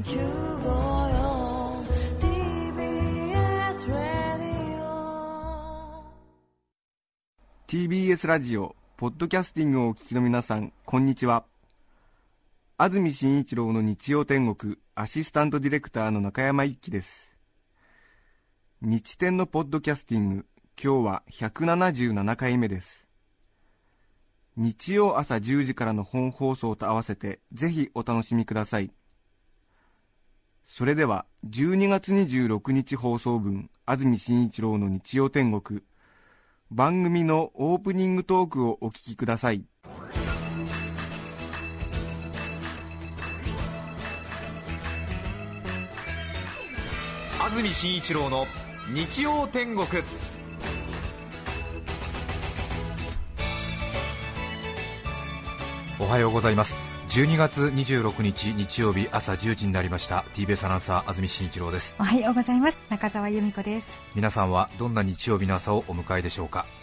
TBS ラジオポッドキャスティングをお聞きの皆さん、こんにちは。安住紳一郎の日曜天国、アシスタントディレクターの中山一輝です。日天のポッドキャスティング、今日は177回目です。日曜朝10時からの本放送と合わせてぜひお楽しみください。それでは12月26日放送分、安住紳一郎の日曜天国、番組のオープニングトークをお聞きください。 安住紳一郎の日曜天国。おはようございます。12月26日日曜日朝10時になりました。 TBS アナウンサー安住紳一郎です。 おはようございます。中澤由美子です。 皆さんはどんな日曜日の朝をお迎えでしょうか。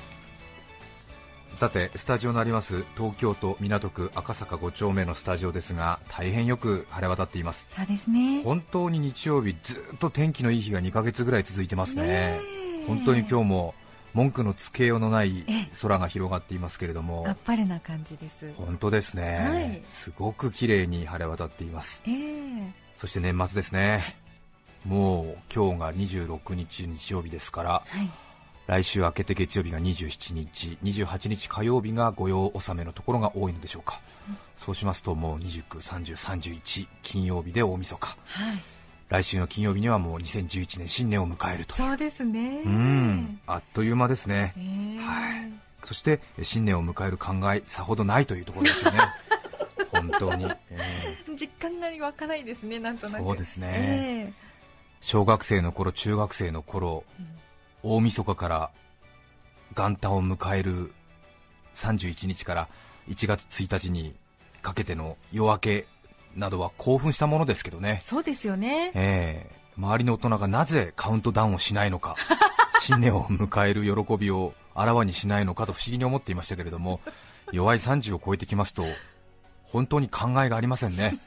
さて、スタジオのあります東京都港区赤坂5丁目のスタジオですが、大変よく晴れ渡っています。 そうですね。 本当に日曜日ずっと天気のいい日が2ヶ月ぐらい続いてますね。本当に今日も文句のつけようのない空が広がっていますけれども、 あっぱれな感じです。 本当ですね、はい、すごく綺麗に晴れ渡っています。そして年末ですね。もう今日が26日日曜日ですから、はい、来週明けて月曜日が27日、28日火曜日が御用納めのところが多いのでしょうか、そうしますともう29、30、31金曜日で大晦日、はい、来週の金曜日にはもう2011年新年を迎えると。 そうですね。 あっという間ですね、はい。そして新年を迎える考えさほどないというところですよね本当に、 実感が湧かないですね。なんとなく。 そうですね、小学生の頃、中学生の頃、大晦日から元旦を迎える31日から1月1日にかけての夜明けなどは興奮したものですけどね。 そうですよね、 周りの大人がなぜカウントダウンをしないのか新年を迎える喜びをあらわにしないのかと不思議に思っていましたけれども、弱い30を超えてきますと本当に考えがありませんね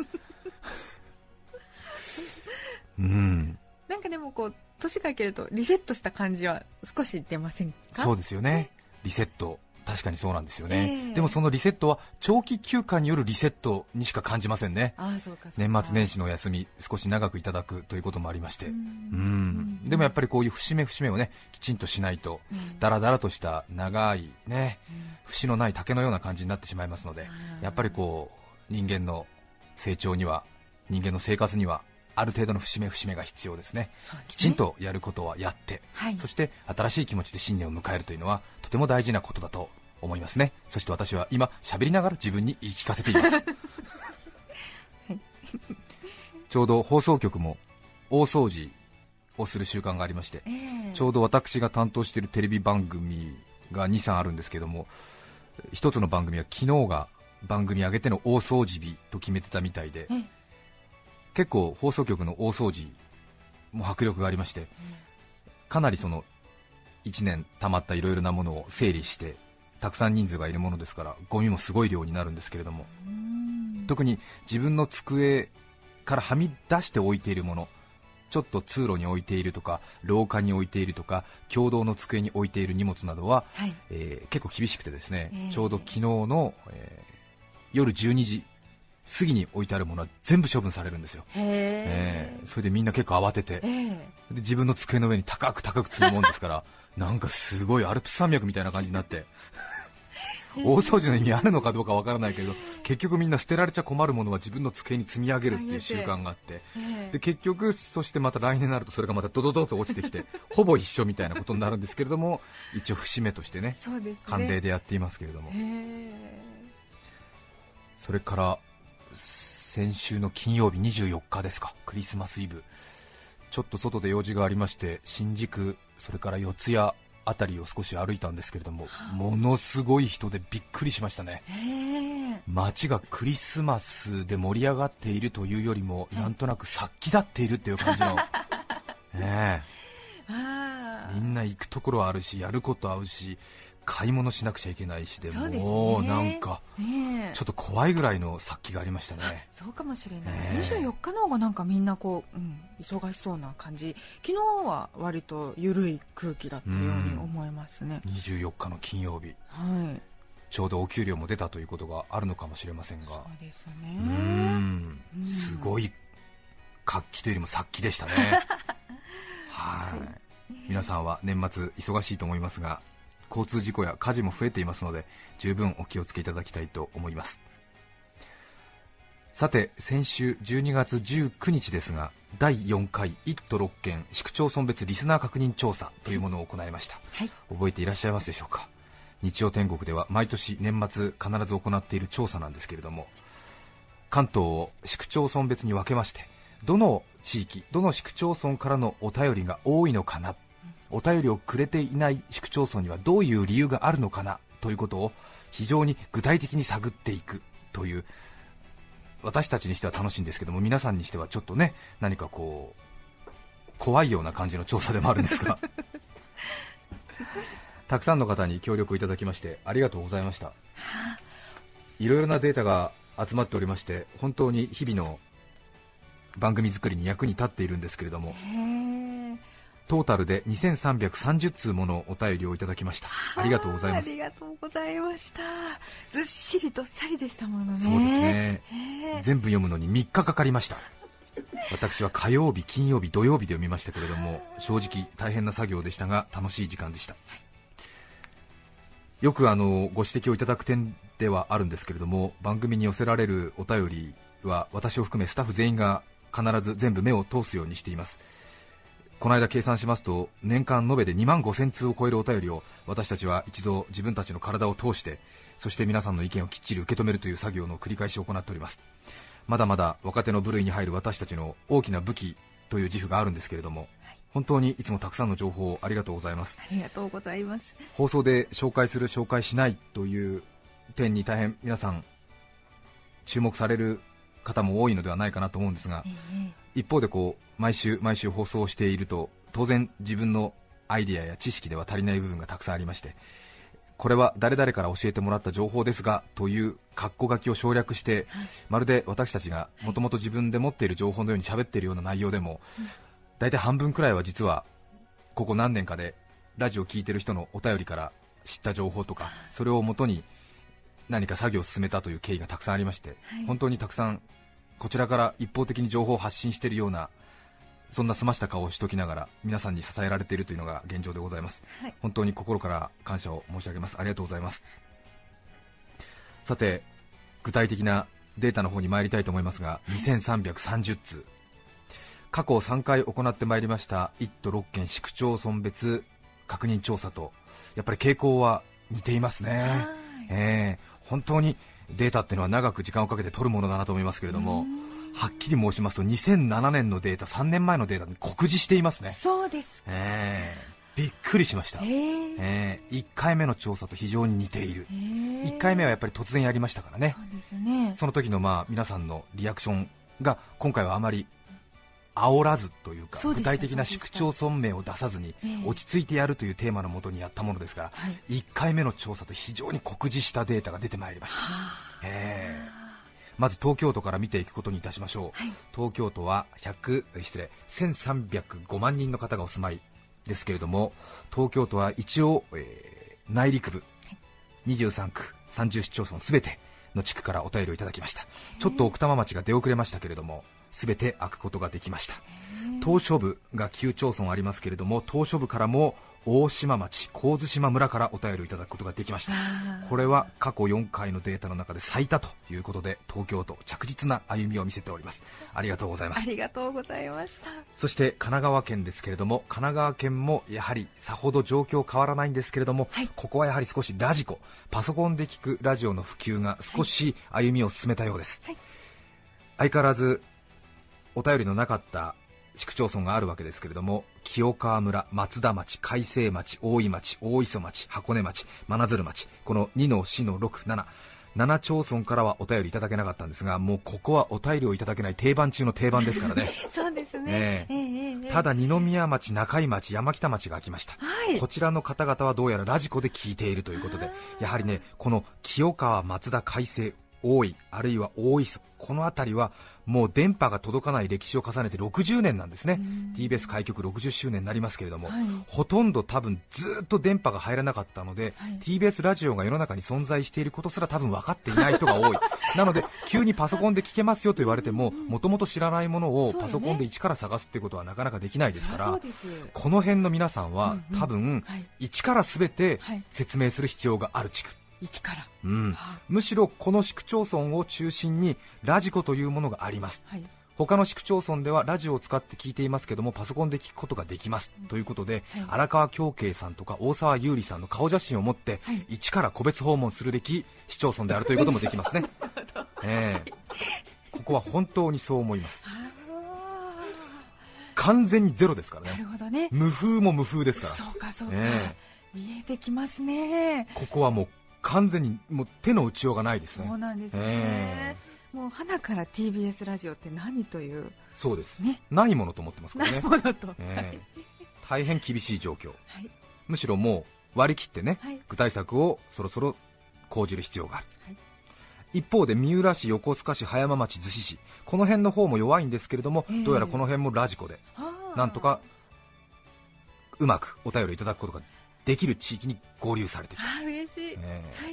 なんかでもこう年が明けるとリセットした感じは少し出ませんか。 そうですよね、リセット、確かにそうなんですよね、でもそのリセットは長期休暇によるリセットにしか感じませんね。 そうか。 年末年始のお休み少し長くいただくということもありまして、でもやっぱりこういう節目節目をねきちんとしないと、だらだらとした長いね、節のない竹のような感じになってしまいますので、やっぱりこう人間の成長には、人間の生活にはある程度の節目節目が必要ですね。きちんとやることはやって、そして新しい気持ちで新年を迎えるというのはとても大事なことだと思いますね。そして私は今喋りながら自分に言い聞かせていますちょうど放送局も大掃除をする習慣がありまして、ちょうど私が担当しているテレビ番組が 2,3 あるんですけども、一つの番組は昨日が番組上げての大掃除日と決めてたみたいで、結構放送局の大掃除も迫力がありまして、かなりその1年たまったいろいろなものを整理して、たくさん人数がいるものですからゴミもすごい量になるんですけれども、特に自分の机からはみ出して置いているもの、ちょっと通路に置いているとか廊下に置いているとか共同の机に置いている荷物などは、結構厳しくてですね、ちょうど昨日の、夜12時過ぎに置いてあるものは全部処分されるんですよ。それでみんな結構慌てて、で自分の机の上に高く高く積むもんですからなんかすごいアルプス山脈みたいな感じになって大掃除の意味あるのかどうかわからないけれど、結局みんな捨てられちゃ困るものは自分の机に積み上げるっていう習慣があって、で結局そしてまた来年になるとそれがまたドドドと落ちてきてほぼ一緒みたいなことになるんですけれども、一応節目としてね慣例でやっていますけれども、それから先週の金曜日24日ですか、クリスマスイブ、ちょっと外で用事がありまして新宿それから四谷あたりを少し歩いたんですけれども、ものすごい人でびっくりしましたね。街がクリスマスで盛り上がっているというよりもなんとなく殺気立っているっていう感じのみんな行くところはあるしやることあるし、 買い物しなくちゃいけないしでそうですね、 もうなんかちょっと怖いぐらいの殺気がありましたね。 そうかもしれない、24日の方がなんかみんなこう、忙しそうな感じ、昨日は割と緩い空気だったように思いますね。 24日の金曜日、 はい、 ちょうどお給料も出たということがあるのかもしれませんが、 そうですね、 すごい活気というよりも殺気でしたねはい、皆さんは年末忙しいと思いますが、交通事故や火事も増えていますので十分お気をつけいただきたいと思います。さて、先週12月19日ですが、第4回1都6県市区町村別リスナー確認調査というものを行いました、はい、覚えていらっしゃいますでしょうか。日曜天国では毎年年末必ず行っている調査なんですけれども、関東を市区町村別に分けまして、どの地域、どの市区町村からのお便りが多いのかな、お便りをくれていない市区町村にはどういう理由があるのかなということを非常に具体的に探っていくという、私たちにしては楽しいんですけども、皆さんにしてはちょっとね、何かこう怖いような感じの調査でもあるんですがたくさんの方に協力をいただきましてありがとうございました。いろいろなデータが集まっておりまして、本当に日々の番組作りに役に立っているんですけれども、トータルで2330通ものお便りをいただきました。ありがとうございます。 ありがとうございました。ずっしりどっさりでしたものね。 そうですね、全部読むのに3日かかりました。私は火曜日、金曜日、土曜日で読みましたけれども、正直大変な作業でしたが楽しい時間でした。よくご指摘をいただく点ではあるんですけれども、番組に寄せられるお便りは私を含めスタッフ全員が必ず全部目を通すようにしています。この間計算しますと、年間延べで2万5000通を超えるお便りを私たちは一度自分たちの体を通して、そして皆さんの意見をきっちり受け止めるという作業の繰り返しを行っております。まだまだ若手の部類に入る私たちの大きな武器という自負があるんですけれども、本当にいつもたくさんの情報をありがとうございます。 ありがとうございます。 放送で紹介する紹介しないという点に大変皆さん注目される方も多いのではないかなと思うんですが、一方で毎週毎週放送していると、当然自分のアイディアや知識では足りない部分がたくさんありまして、これは誰々から教えてもらった情報ですがという括弧書きを省略して、まるで私たちがもともと自分で持っている情報のように喋っているような内容でも、大体半分くらいは実はここ何年かでラジオを聞いている人のお便りから知った情報とか、それをもとに何か作業を進めたという経緯がたくさんありまして、本当にたくさんこちらから一方的に情報を発信しているような、そんな澄ました顔をしときながら皆さんに支えられているというのが現状でございます、本当に心から感謝を申し上げます。ありがとうございます。さて、具体的なデータの方に参りたいと思いますが、2330通、過去3回行ってまいりました1都6県市区町村別確認調査とやっぱり傾向は似ていますね。本当にデータっていうのは長く時間をかけて取るものだなと思いますけれども、はっきり申しますと2007年のデータ、3年前のデータに酷似していますね。 そうです、 びっくりしました。1回目の調査と非常に似ている。1回目はやっぱり突然やりましたからね。その時の皆さんのリアクションが今回はあまり煽らずというか、具体的な市区町村名を出さずに落ち着いてやるというテーマのもとにやったものですから、1回目の調査と非常に酷似したデータが出てまいりました。まず東京都から見ていくことにいたしましょう。東京都は1305万人の方がお住まいですけれども、東京都は一応、内陸部23区30市町村すべての地区からお便りをいただきました。ちょっと奥多摩町が出遅れましたけれども、すべて開くことができました。島しょ部が9町村ありますけれども、島しょ部からも大島町、神津島村からお便りをいただくことができました。これは過去4回のデータの中で最多ということで、東京都着実な歩みを見せております。ありがとうございます。 ありがとうございました。 そして神奈川県ですけれども、神奈川県もやはりさほど状況変わらないんですけれども、ここはやはり少しラジコ、パソコンで聞くラジオの普及が少し歩みを進めたようです。相変わらずお便りのなかった市区町村があるわけですけれども、清川村、松田町、海西町、大井町、大磯町、箱根町、真鶴町、この2の4の6、7、 7町村からはお便りいただけなかったんですが、もうここはお便りをいただけない定番中の定番ですからねそうですね、 ただ二宮町、中井町、山北町が来ました、 はい、 こちらの方々はどうやらラジコで聞いているということで、やはりね、この清川、松田、海西、大井、あるいは大磯、この辺りはもう電波が届かない歴史を重ねて60年なんですね。 TBS 開局60周年になりますけれども、はい、ほとんど多分ずっと電波が入らなかったので、はい、TBS ラジオが世の中に存在していることすら多分分かっていない人が多いなので急にパソコンで聞けますよと言われても、もともと知らないものをパソコンで一から探すっていうことはなかなかできないですから、この辺の皆さんは多分一から全て説明する必要がある地区、 一から、 むしろこの市区町村を中心にラジコというものがあります、はい、他の市区町村ではラジオを使って聞いていますけどもパソコンで聞くことができます、ということで、はい、荒川京慶さんとか大沢優里さんの顔写真を持って、はい、一から個別訪問するべき市町村であるということもできますねここは本当にそう思います。完全にゼロですからね。 なるほどね、 無風も無風ですから。 そうかそうか、見えてきますね。 ここはもう完全にもう手の打ちようがないですね。 そうなんですね、もう花から TBS ラジオって何という、 そうです、ね、ないものと思ってますからね。 ないものと、 大変厳しい状況、 はい、 むしろもう割り切ってね、 はい、 具体策をそろそろ講じる必要がある、はい、一方で三浦市、横須賀市、葉山町、逗子市、この辺の方も弱いんですけれども、どうやらこの辺もラジコでなんとかうまくお便りいただくことができる地域に合流されてきた。 嬉しい、はい、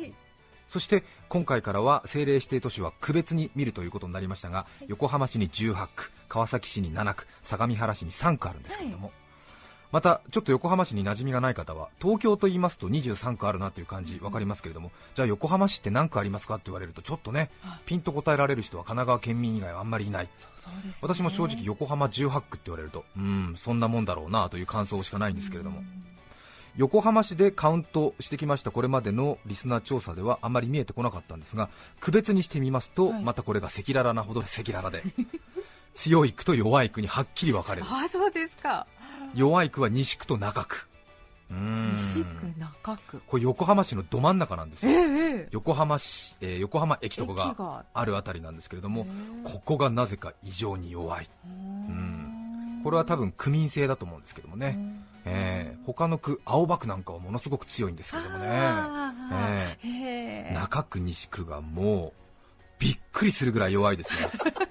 そして今回からは政令指定都市は区別に見るということになりましたが、横浜市に18区、川崎市に7区、相模原市に3区あるんですけれども、またちょっと横浜市に馴染みがない方は東京と言いますと23区あるなという感じ分かりますけれども、じゃあ横浜市って何区ありますかって言われるとちょっとね、ピンと答えられる人は神奈川県民以外はあんまりいない。私も正直横浜18区って言われるとそんなもんだろうなという感想しかないんですけれども、横浜市でカウントしてきましたこれまでのリスナー調査ではあまり見えてこなかったんですが、区別にしてみますと、またこれが赤裸々なほど赤裸々で強い区と弱い区にはっきり分かれる。 そうですか。 弱い区は西区と中区。 西区、中区、 これ横浜市のど真ん中なんですよ、横浜市、横浜駅とかがあるあたりなんですけれども、ここがなぜか異常に弱い。これは多分区民性だと思うんですけどもね、他の区、青葉区なんかはものすごく強いんですけれどもね、中区、西区がもうびっくりするぐらい弱いですね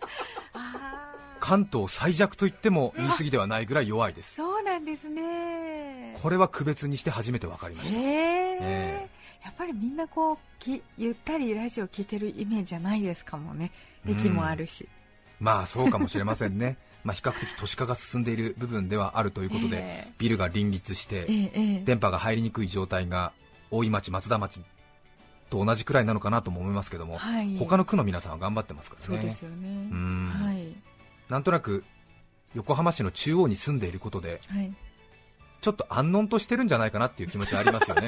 関東最弱と言っても言い過ぎではないぐらい弱いです。 そうなんですね。 これは区別にして初めて分かりました。 やっぱりみんなこうゆったりラジオ聞いてるイメージじゃないですかもね。駅もあるし、 まあそうかもしれませんね比較的都市化が進んでいる部分ではあるということで、ビルが林立して、電波が入りにくい状態が大井町、松田町と同じくらいなのかなとも思いますけども、他の区の皆さんは頑張ってますからね。 そうですよね。 なんとなく横浜市の中央に住んでいることで、ちょっと安穏としてるんじゃないかなっていう気持ちはありますよね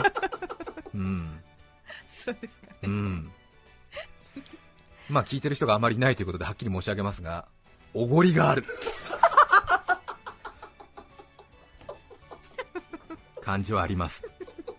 そうですかね。 聞いてる人があまりいないということではっきり申し上げますが、おごりがある感じはあります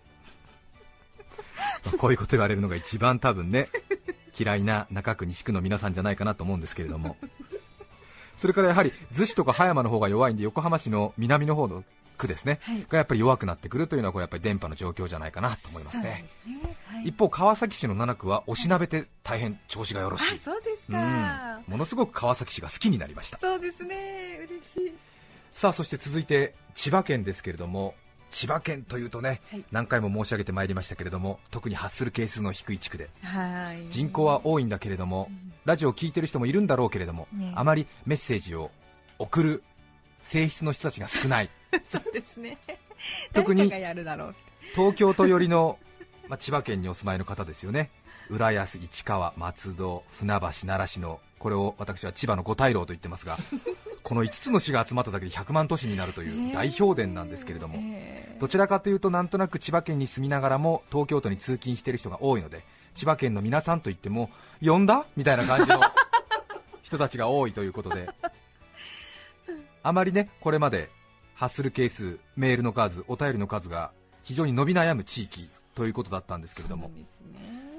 こういうこと言われるのが一番多分ね嫌いな中区西区の皆さんじゃないかなと思うんですけれども、それからやはり逗子とか葉山の方が弱いんで、横浜市の南の方の区ですね、がやっぱり弱くなってくるというのはこれやっぱり電波の状況じゃないかなと思いますね。一方川崎市の7区はおしなべて大変調子がよろしい。 そうですか。 ものすごく川崎市が好きになりました。 そうですね、嬉しい。 さあそして続いて千葉県ですけれども、千葉県というとね、何回も申し上げてまいりましたけれども、特に発する係数の低い地区で、人口は多いんだけれども、ラジオを聞いてる人もいるんだろうけれども、あまりメッセージを送る性質の人たちが少ないそうですね。 特に誰かがやるだろう。 東京都寄りの、千葉県にお住まいの方ですよね。浦安、市川、松戸、船橋、奈良市の、これを私は千葉の五大老と言ってますがこの5つの市が集まっただけで100万都市になるという大評伝なんですけれども、どちらかというとなんとなく千葉県に住みながらも東京都に通勤している人が多いので、千葉県の皆さんといっても呼んだみたいな感じの人たちが多いということであまりね、これまで発するケース、メールの数、お便りの数が非常に伸び悩む地域ということだったんですけれども、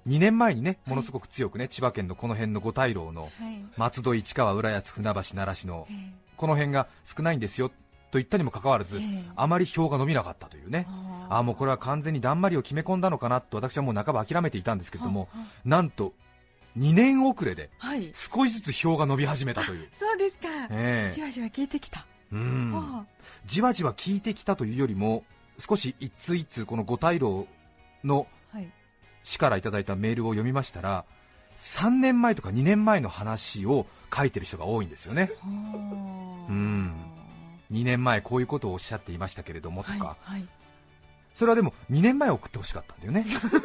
2年前にねものすごく強くね、千葉県のこの辺の五大老の松戸、市川、浦安、船橋、奈良市のこの辺が少ないんですよと言ったにもかかわらず、あまり票が伸びなかったというね、もうこれは完全にだんまりを決め込んだのかなと私はもう半ば諦めていたんですけれども、なんと2年遅れで少しずつ票が伸び始めたという、 そうですか、じわじわ効いてきた。 じわじわ効いてきたというよりも、少し一通一通この五大老の市からいただいたメールを読みましたら、3年前とか2年前の話を書いてる人が多いんですよね。2年前こういうことをおっしゃっていましたけれどもとか、それはでも2年前送ってほしかったんだよね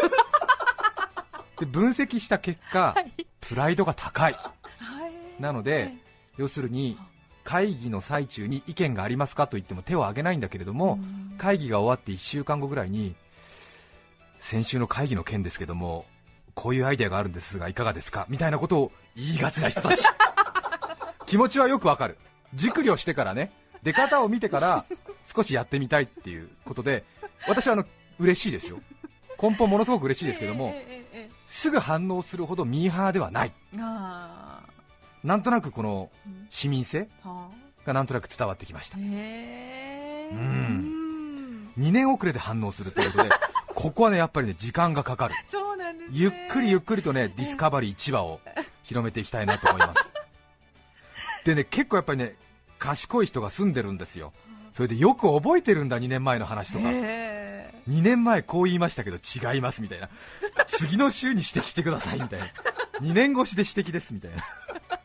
で分析した結果、プライドが高い、なので、要するに会議の最中に意見がありますかと言っても手を挙げないんだけれども、会議が終わって1週間後ぐらいに、先週の会議の件ですけどもこういうアイデアがあるんですがいかがですかみたいなことを言いがちな人たち気持ちはよくわかる。熟慮してからね、出方を見てから少しやってみたいっていうことで、私は嬉しいですよ、根本ものすごく嬉しいですけども、すぐ反応するほどミーハーではない。なんとなくこの市民性がなんとなく伝わってきました。2年遅れで反応するということでここはねやっぱりね時間がかかる。 そうなんですね、 ゆっくりゆっくりとねディスカバリー1話を広めていきたいなと思いますでね、結構やっぱりね賢い人が住んでるんですよ。それでよく覚えてるんだ、2年前の話とか。2年前こう言いましたけど違いますみたいな、次の週に指摘してくださいみたいな、2年越しで指摘ですみたいな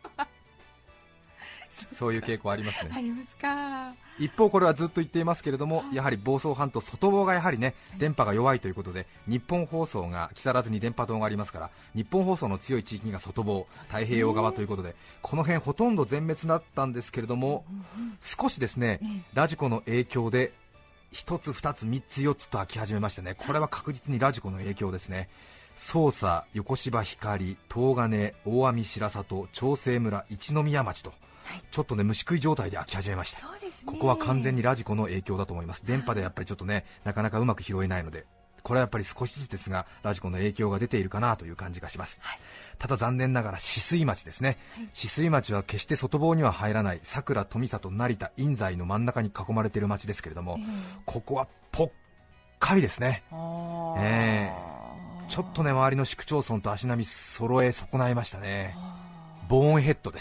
そういう傾向ありますね。 ありますか。 一方これはずっと言っていますけれども、やはり房総半島外房がやはりね電波が弱いということで、日本放送が木更津に電波塔がありますから、日本放送の強い地域が外房、太平洋側ということで、この辺ほとんど全滅だったんですけれども、少しですねラジコの影響で1つ2つ3つ4つと開き始めましたね。これは確実にラジコの影響ですね。匝瑳、横芝光、東金、大網白里、長生村、一宮町とちょっとね虫食い状態で開き始めました。ここは完全にラジコの影響だと思います。電波でやっぱりちょっとねなかなかうまく拾えないので、これはやっぱり少しずつですがラジコの影響が出ているかなという感じがします、ただ残念ながら止水町ですね、止水町は決して外房には入らない佐倉、富里、成田、印西の真ん中に囲まれている町ですけれども、ここはぽっかりですね。ちょっとね周りの市区町村と足並み揃え損ないましたね。ボーンヘッドです、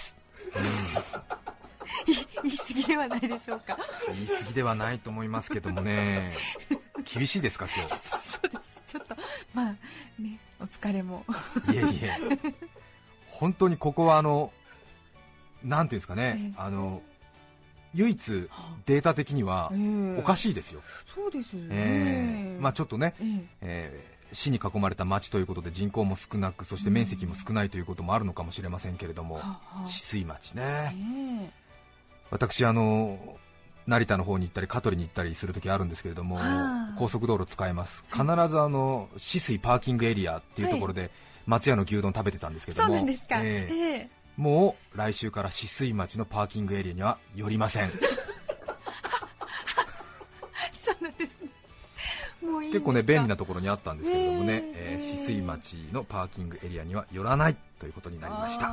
言い過ぎではないでしょうか。 言い過ぎではないと思いますけどもね厳しいですか今日。 そうです、ちょっとまあねお疲れもいえいえ本当にここはなんていうんですかね、唯一データ的にはおかしいですよ、 そうですよね、 ちょっとね、市に囲まれた町ということで人口も少なく、そして面積も少ないということもあるのかもしれませんけれども、止水町ね、私成田の方に行ったり香取に行ったりするときあるんですけれども、高速道路使います。必ず止水パーキングエリアっていうところで松屋の牛丼食べてたんですけども、 そうなんですか、 もう来週から止水町のパーキングエリアには寄りませんそうなんですね。もういいんですか。 結構ね便利なところにあったんですけれどもね、止水町のパーキングエリアには寄らないということになりました。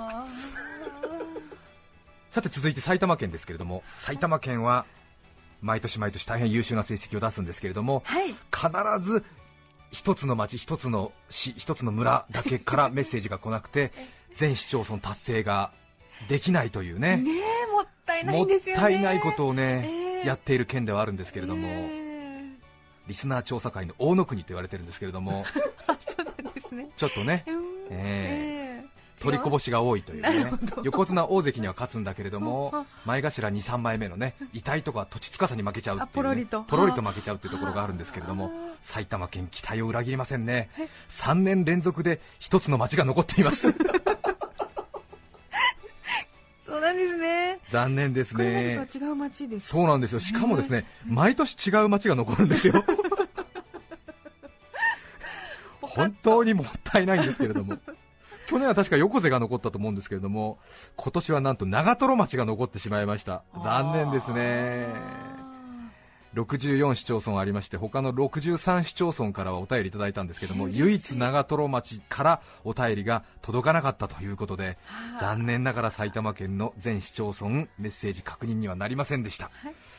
さて続いて埼玉県ですけれども、埼玉県は毎年毎年大変優秀な成績を出すんですけれども、必ず一つの町、一つの市、一つの村だけからメッセージが来なくて全市町村達成ができないというね、 もったいないんですよね。 もったいないことをね、やっている県ではあるんですけれども、リスナー調査会の大野国と言われてるんですけれどもそうなんですね、 ちょっとね、取りこぼしが多いというね、横綱大関には勝つんだけれども前頭2、3枚目のね遺体とか土地つかさに負けちゃうっていう、ポロリと負けちゃうっていうところがあるんですけれども、埼玉県期待を裏切りませんね。3年連続で一つの町が残っていますそうなんですね。 残念ですね。 これまでとは違う町です。 そうなんですよ。しかもですね、毎年違う町が残るんですよ本当にもったいないんですけれども去年は確か横瀬が残ったと思うんですけれども、今年はなんと長瀞町が残ってしまいました。残念ですね。 64市町村ありまして、他の63市町村からはお便りいただいたんですけども、唯一長瀞町からお便りが届かなかったということで、残念ながら埼玉県の全市町村メッセージ確認にはなりませんでした、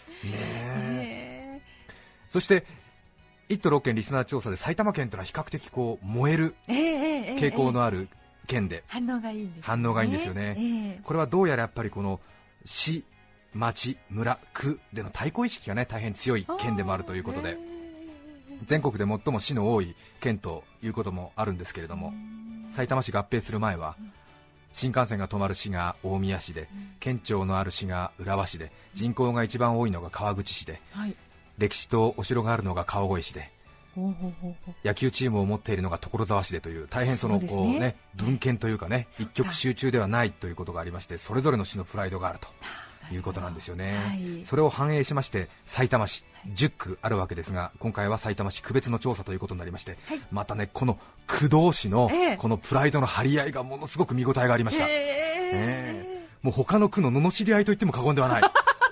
そして1都6県リスナー調査で埼玉県というのは比較的こう燃える傾向のある県で、 反応がいいんですね。 反応がいいんですよね、これはどうやらやっぱりこの市、町、村、区での対抗意識が、大変強い県でもあるということで、全国で最も市の多い県ということもあるんですけれども、埼玉市合併する前は新幹線が止まる市が大宮市で、県庁のある市が浦和市で、人口が一番多いのが川口市で、歴史とお城があるのが川越市で、野球チームを持っているのが所沢市でという、大変そのこう分県というか一極集中ではないということがありまして、それぞれの市のプライドがあるということなんですよね、それを反映しまして埼玉市10区あるわけですが、今回は埼玉市区別の調査ということになりまして、またこの区同士のこのプライドの張り合いがものすごく見応えがありました、もう他の区の罵り合いと言っても過言ではない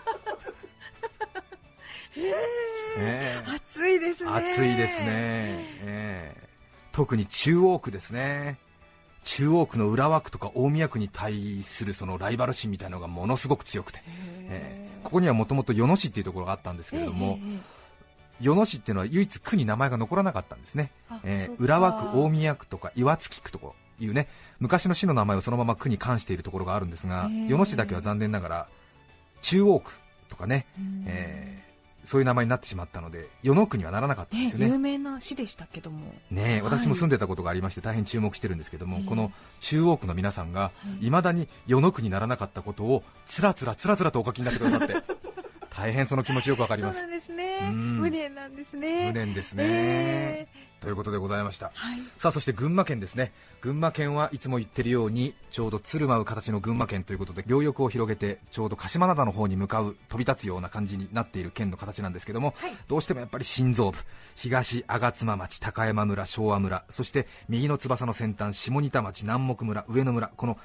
暑いですね。 暑いですね、特に中央区ですね。中央区の浦和区とか大宮区に対するそのライバル心みたいなのがものすごく強くて、ここにはもともと与野市っていうところがあったんですけれども、与野市っていうのは唯一区に名前が残らなかったんですね、浦和区、大宮区とか岩槻区とかいう昔の市の名前をそのまま区に冠しているところがあるんですが、与野市だけは残念ながら中央区とかそういう名前になってしまったので、与野区にはならなかったんですよね。 有名な市でしたけども、 私も住んでたことがありまして大変注目してるんですけども、この中央区の皆さんがいまだに与野区にならなかったことをつらつらとお書きになってくださって大変その気持ちよくわかります。 そうなんですね、無念なんですね。 無念ですね、ということでございました、さあそして群馬県ですね。群馬県はいつも言ってるようにちょうど鶴舞う形の群馬県ということで、両翼を広げてちょうど鹿島灘の方に向かう飛び立つような感じになっている県の形なんですけども、どうしてもやっぱり心臓部、東吾妻町、高山村、昭和村、そして右の翼の先端下仁田町、南牧村、上野村、この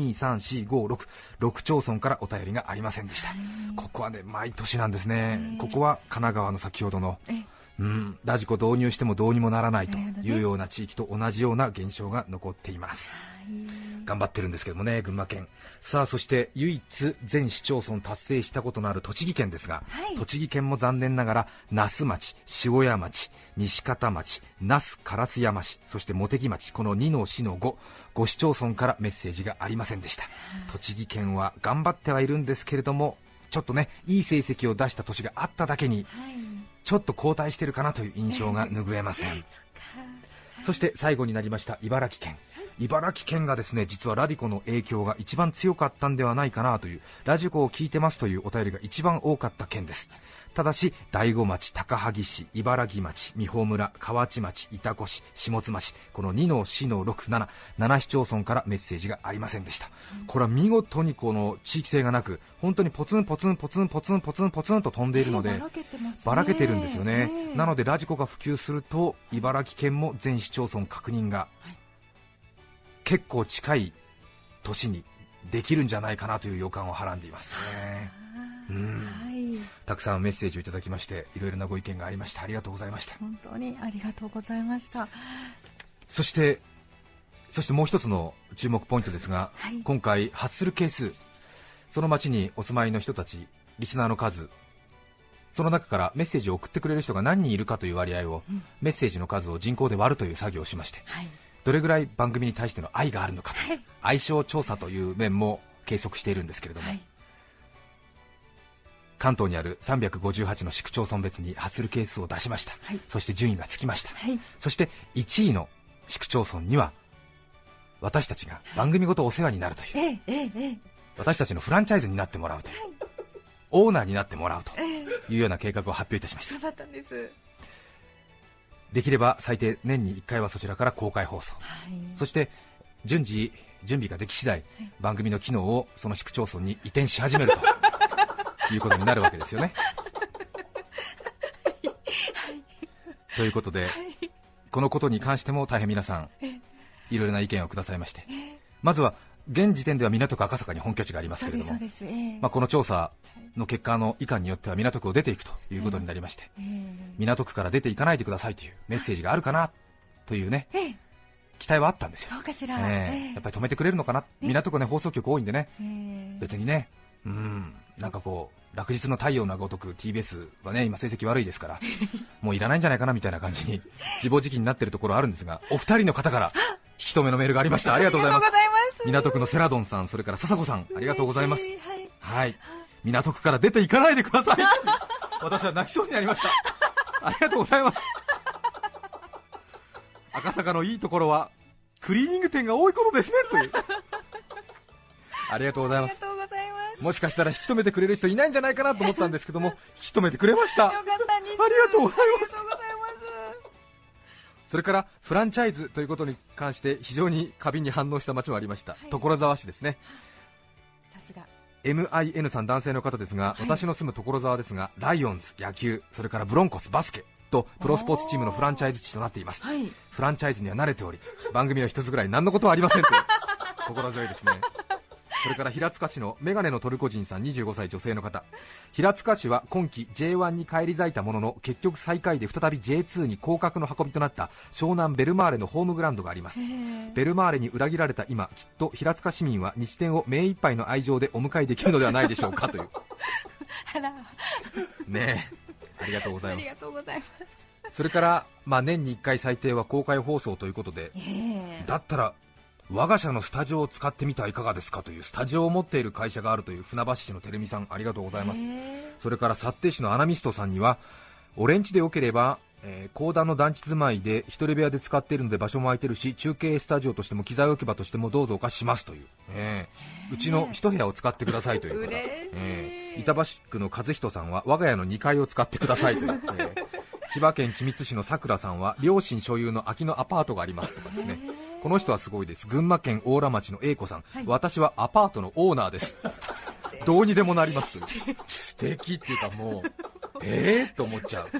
1,2,3,4,5,6 町村からお便りがありませんでした。ここは毎年なんですね。ここは神奈川の先ほどのラジコ導入してもどうにもならないというような地域と同じような現象が残っています。頑張ってるんですけどもね、群馬県。さあそして唯一全市町村達成したことのある栃木県ですが、栃木県も残念ながら那須町、塩谷町、西方町、那須烏山市、そして茂木町、この2の市の5市町村からメッセージがありませんでした。栃木県は頑張ってはいるんですけれども、ちょっといい成績を出した年があっただけに、ちょっと後退しているかなという印象が拭えません。そして最後になりました茨城県。茨城県がですね、実はラディコの影響が一番強かったんではないかなという、ラジコを聞いてますというお便りが一番多かった県です。ただし大子町、高萩市、茨城町、美保村、河内町、潮来市、下妻市、この2の市の6、7市町村からメッセージがありませんでした。これは見事にこの地域性がなく、本当にポツンポツンポツンポツンポツンポツンと飛んでいるので、ばらけてるんですよね。なのでラジコが普及すると茨城県も全市町村確認が結構近い年にできるんじゃないかなという予感をはらんでいますね。たくさんメッセージをいただきまして、いろいろなご意見がありました。ありがとうございました。 本当にありがとうございました。 そしてもう一つの注目ポイントですが、今回発する係数、その町にお住まいの人たち、リスナーの数、その中からメッセージを送ってくれる人が何人いるかという割合を、メッセージの数を人口で割るという作業をしまして、どれぐらい番組に対しての愛があるのかという、相性調査という面も計測しているんですけれども、関東にある358の市区町村別に発する係数を出しました、そして順位がつきました、そして1位の市区町村には私たちが番組ごとお世話になるという、私たちのフランチャイズになってもらうという、オーナーになってもらうというような計画を発表いたしました。 そうだったんです。 できれば最低年に1回はそちらから公開放送、そして順次準備ができ次第、番組の機能をその市区町村に移転し始めるということになるわけですよね。ということで、このことに関しても大変皆さんいろいろな意見をくださいまして、まずは現時点では港区赤坂に本拠地がありますけれども、この調査の結果の以下によっては港区を出ていくということになりまして、港区から出ていかないでくださいというメッセージがあるかなというね、期待はあったんですよ。 そうかしら、 やっぱり止めてくれるのかな、港区ね放送局多いんでね、別にね、なんかこう落日の太陽のごとく TBS はね今成績悪いですからもういらないんじゃないかなみたいな感じに自暴自棄になっているところあるんですが、お二人の方から引き止めのメールがありました。ありがとうございます。港区のセラドンさん、それから笹子さん、ありがとうございます。はい、港区から出ていかないでください私は泣きそうになりましたありがとうございます。赤坂のいいところはクリーニング店が多いことですねというありがとうございます。もしかしたら引き止めてくれる人いないんじゃないかなと思ったんですけども引き止めてくれました。よかった、ありがとうございます。それからフランチャイズということに関して非常に過敏に反応した町もありました、所沢市ですね。 さすが MIN さん、男性の方ですが、私の住む所沢ですが、ライオンズ野球、それからブロンコスバスケとプロスポーツチームのフランチャイズ地となっています、フランチャイズには慣れており番組は一つぐらい何のことはありませんという心強いですね。それから平塚市のメガネのトルコ人さん、25歳女性の方。平塚市は今季 J1 に返り咲いたものの結局最下位で再び J2 に降格の運びとなった湘南ベルマーレのホームグラウンドがあります。ベルマーレに裏切られた今、きっと平塚市民は日展を目いっぱいの愛情でお迎えできるのではないでしょうかというねえ、ありがとうございます。それから、年に1回最低は公開放送ということで、だったら我が社のスタジオを使ってみてはいかがですかというスタジオを持っている会社があるという船橋市のテレミさん、ありがとうございます。それから幸手市のアナミストさんには、俺んちでよければ、公団の団地住まいで一人部屋で使っているので場所も空いてるし、中継スタジオとしても機材置き場としてもどうぞお貸ししますという、うちの一部屋を使ってくださいというから、板橋区の和人さんは我が家の2階を使ってくださいという、千葉県君津市のさくらさんは両親所有の空きのアパートがありますとかですね。この人はすごいです。群馬県大良町の A 子さん、私はアパートのオーナーですどうにでもなります素敵っていうか、もうと思っちゃう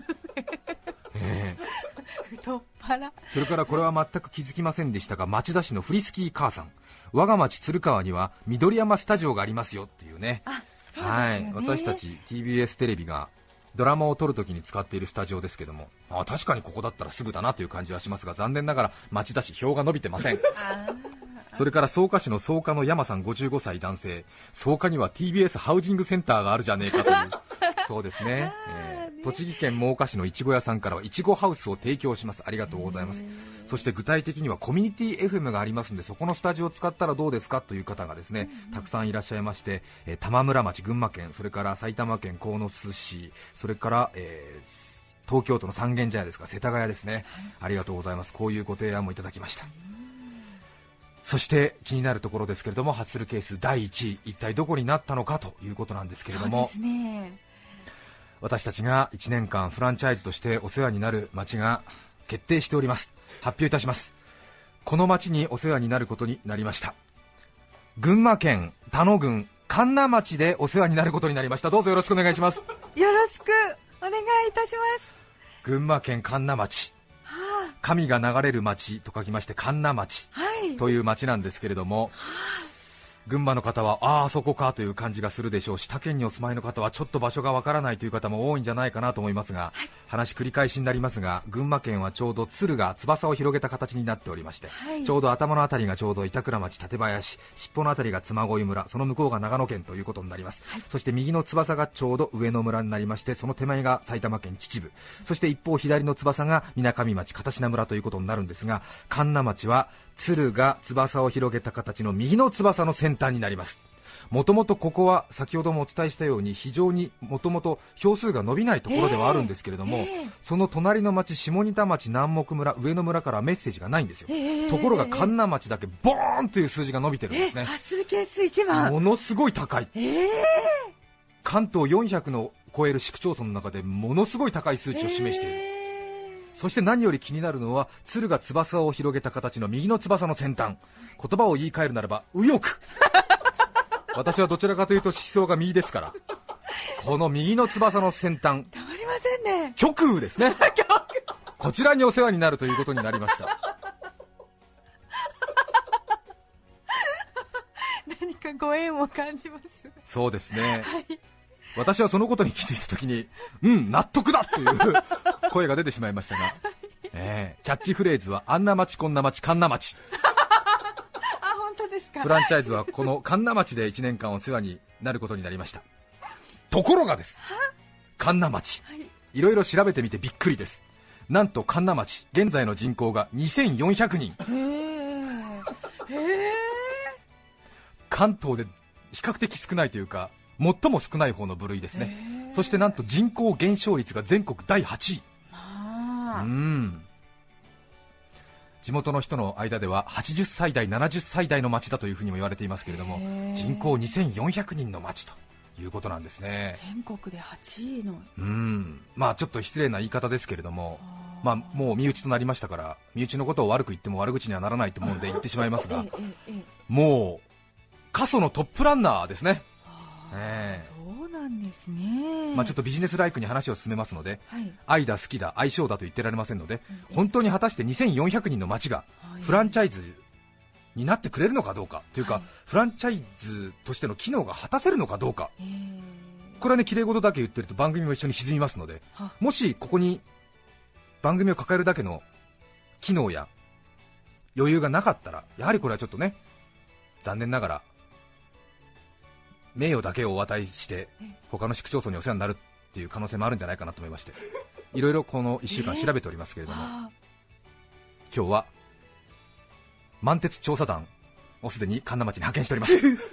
太っ腹。 それからこれは全く気づきませんでしたが、町田市のフリスキー母さん、我が町鶴川には緑山スタジオがありますよっていうね。私たち TBS テレビがドラマを撮るときに使っているスタジオですけども、確かにここだったらすぐだなという感じはしますが、残念ながら町田市票が伸びてませんそれから草加市の草加の山さん、55歳男性、草加には TBS ハウジングセンターがあるじゃねえかというそうですね、栃木県真岡市のいちご屋さんからはいちごハウスを提供します。ありがとうございます。そして具体的にはコミュニティ FM がありますので、そこのスタジオを使ったらどうですかという方がですね、たくさんいらっしゃいまして、玉村町、群馬県、それから埼玉県鴻巣市、それから、東京都の三軒茶屋ですか、世田谷ですね、ありがとうございます。こういうご提案もいただきました。そして気になるところですけれども、ハッスルケース第1位、一体どこになったのかということなんですけれども、私たちが1年間フランチャイズとしてお世話になる町が決定しております。発表いたします。この町にお世話になることになりました。群馬県田野郡神流町でお世話になることになりました。どうぞよろしくお願いします。 よろしくお願いいたします。 群馬県神流町、神が流れる町と書きまして神流町という町なんですけれども、群馬の方はあそこかという感じがするでしょうし、他県にお住まいの方はちょっと場所がわからないという方も多いんじゃないかなと思いますが、話繰り返しになりますが、群馬県はちょうど鶴が翼を広げた形になっておりまして、ちょうど頭のあたりがちょうど板倉町館林、尻尾のあたりが嬬恋村、その向こうが長野県ということになります。そして右の翼がちょうど上野村になりまして、その手前が埼玉県秩父、そして一方左の翼が水上町片品村ということになるんですが、神流町は鶴が翼を広げた形の右の翼の先端になります。もともとここは先ほどもお伝えしたように非常にもともと票数が伸びないところではあるんですけれども、その隣の町下仁田町、南牧村、上野村からメッセージがないんですよ。ところが神流町だけボーンという数字が伸びてるんですね。 ハッスル係数1番、 ものすごい高い、関東400の超える市区町村の中でものすごい高い数値を示している。そして何より気になるのは、鶴が翼を広げた形の右の翼の先端、言葉を言い換えるならば右翼私はどちらかというと思想が右ですから、この右の翼の先端、たまりませんね、 極右ですねこちらにお世話になるということになりましたご縁を感じます。 そうですね、私はそのことに気づいたときに、納得だという声が出てしまいましたが、キャッチフレーズはあんな町こんな町カンナ町あ、本当ですか。 フランチャイズはこのカンナ町で1年間お世話になることになりました。ところがです、カンナ町、いろいろ調べてみてびっくりです。なんとカンナ町、現在の人口が2400人。関東で比較的少ないというか最も少ない方の部類ですね。そしてなんと人口減少率が全国第8位。地元の人の間では80歳代70歳代の町だというふうにも言われていますけれども、人口2400人の町ということなんですね。 全国で8位の。 まあちょっと失礼な言い方ですけれども、もう身内となりましたから、身内のことを悪く言っても悪口にはならないと思うので言ってしまいますが、もう過疎のトップランナーですね。 そうなんですね。 ちょっとビジネスライクに話を進めますので、愛だ好きだ相性だと言ってられませんので、本当に果たして2400人の町がフランチャイズになってくれるのかどうかというか、フランチャイズとしての機能が果たせるのかどうか、これはね、綺麗事だけ言ってると番組も一緒に沈みますので、もしここに番組を抱えるだけの機能や余裕がなかったら、やはりこれはちょっとね、残念ながら名誉だけをお与えして他の市区町村にお世話になるっていう可能性もあるんじゃないかなと思いまして、いろいろこの1週間調べておりますけれども、今日は満鉄調査団をすでに神流町に派遣しております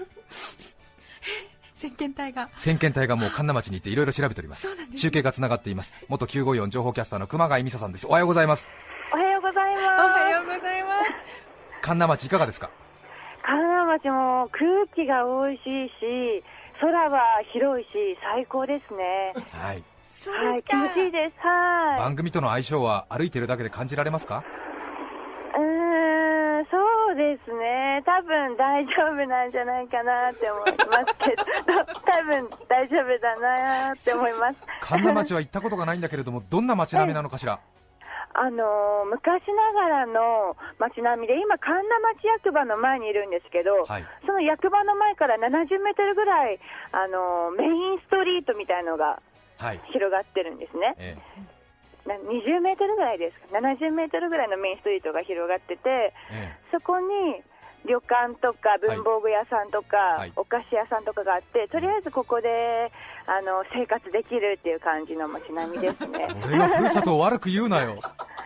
先遣隊がもう神流町に行っていろいろ調べております。中継がつながっています。元954情報キャスターの熊谷美沙さんです。おはようございます。 おはようございます。 おはようございます。 神流町いかがですか？ 神流町も空気が美味しいし、空は広いし最高ですね。 はい、 気持ちいいです。 番組との相性は歩いているだけで感じられますか？ そうですね、多分大丈夫なんじゃないかなって思いますけど多分大丈夫だなって思います神流町は行ったことがないんだけれども、どんな街並みなのかしら？ 昔ながらの街並みで、今神流町役場の前にいるんですけど、その役場の前から70メートルぐらいメインストリートみたいのが広がってるんですね。20メートルぐらいですか、70メートルぐらいのメインストリートが広がってて、そこに旅館とか文房具屋さんとか、お菓子屋さんとかがあって、とりあえずここで生活できるっていう感じの街並みですね。 俺のふるさとを悪く言うなよ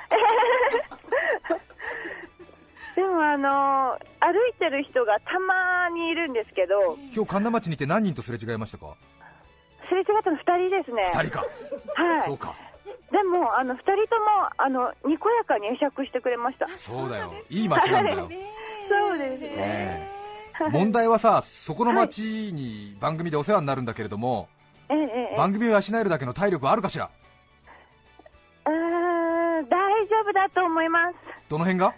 でも歩いてる人がたまにいるんですけど。 今日神流町にいて何人とすれ違いましたか？ すれ違ったの2人ですね。 2人か。そうか。 でも2人ともにこやかに会釈してくれました。 そうだよ、いい街なんだよそうですね。 問題はさ、そこの街に番組でお世話になるんだけれども、番組を養えるだけの体力はあるかしら？ 大丈夫だと思います。 どの辺が？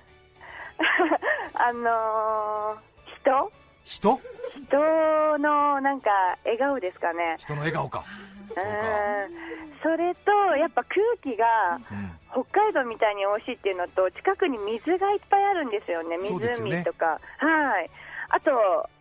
人のなんか笑顔ですかね。 人の笑顔か。 それとやっぱ空気が北海道みたいに美味しいっていうのと、近くに水がいっぱいあるんですよね。湖とか、あと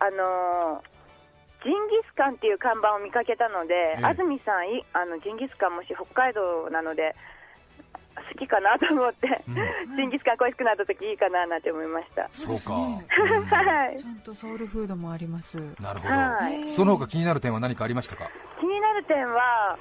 ジンギスカンっていう看板を見かけたので、安住さんジンギスカンもし北海道なので好きかなと思って、ジンギスカン恋しくなった時いいかななんて思いました。 そうか、 ちゃんとソウルフードもあります。 なるほど。その他気になる点は何かありましたか？ 気になる点は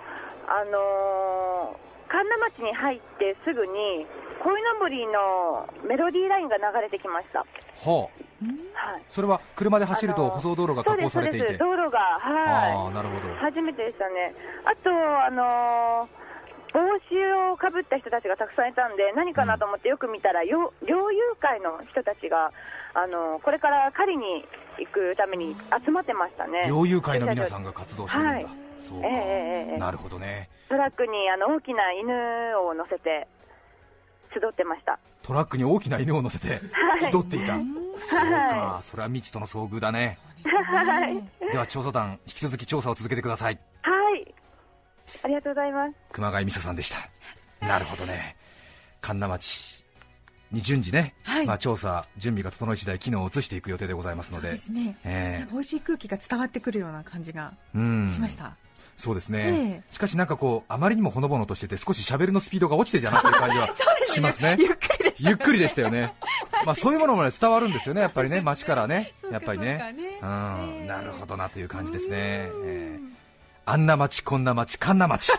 神流町に入ってすぐに鯉のぼりのメロディーラインが流れてきました。それは車で走ると舗装道路が加工されていて。 そうです、道路が、 なるほど。 初めてでしたね。あと帽子をかぶった人たちがたくさんいたんで、何かなと思ってよく見たら、猟友会の人たちがこれから狩りに行くために集まってましたね。 猟友会の皆さんが活動してるんだ。そうか、なるほどね。 トラックに大きな犬を乗せて集ってました。 トラックに大きな犬を乗せて集っていた。そうか、それは未知との遭遇だね。では調査団、引き続き調査を続けてください。 ありがとうございます。 熊谷美沙さんでした。なるほどね。神流町に順次ね、 はい、 調査準備が整い次第機能を移していく予定でございますので、 そうですね、美味しい空気が伝わってくるような感じがしました。 そうですね、しかしなんかこうあまりにもほのぼのとしてて少し喋るのスピードが落ちてるじゃなという感じはしますね。ゆっくりでしたよね。そういうものも、ね、伝わるんですよね、やっぱりね、街からね、やっぱりね、なるほどなという感じですね。あんな街こんな街かんな街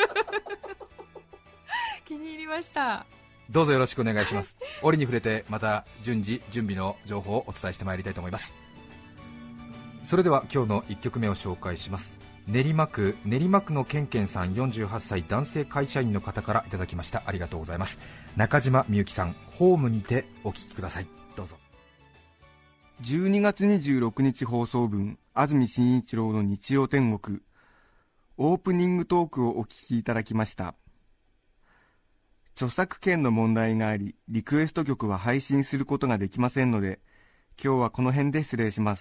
気に入りました。 どうぞよろしくお願いします。折に触れてまた順次準備の情報をお伝えしてまいりたいと思います。それでは今日の1曲目を紹介します。練馬区のケンケンさん、48歳男性会社員の方からいただきました。ありがとうございます。中島みゆきさん、ホームにてお聞きください。どうぞ。 12月26日放送分、安住紳一郎の日曜天国、オープニングトークをお聞きいただきました。著作権の問題があり、リクエスト曲は配信することができませんので、今日はこの辺で失礼します。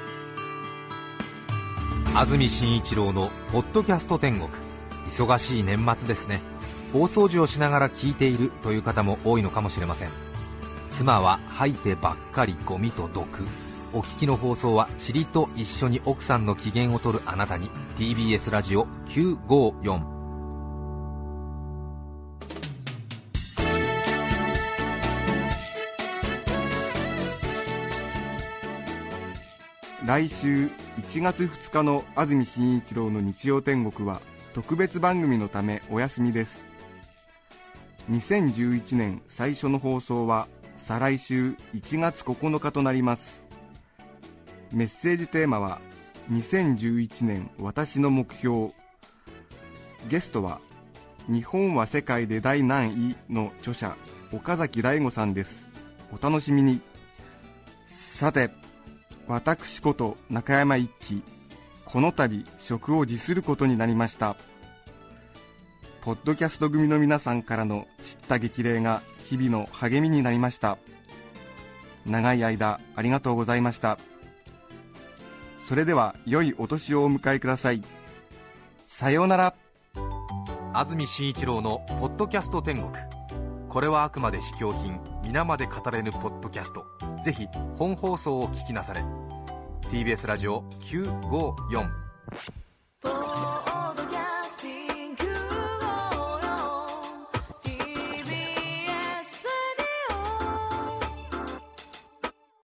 安住紳一郎のポッドキャスト天国、忙しい年末ですね。大掃除をしながら聞いているという方も多いのかもしれません。妻は吐いてばっかりゴミと毒。お聞きの放送は塵と一緒に奥さんの機嫌を取るあなたに。 TBS ラジオ954。 来週1月2日の安住紳一郎の日曜天国は特別番組のためお休みです。2011年最初の放送は再来週1月9日となります。メッセージテーマは2011年私の目標。ゲストは日本は世界で第何位の著者岡崎大吾さんです。お楽しみに。さて、私こと中山一輝、この度職を辞することになりました。ポッドキャスト組の皆さんからの叱咤激励が日々の励みになりました。長い間ありがとうございました。それでは良いお年をお迎えください。さようなら。 安住紳一郎のポッドキャスト天国、これはあくまで試供品、皆まで語れぬポッドキャスト。ぜひ本放送を聞きなされ。 TBS ラジオ954。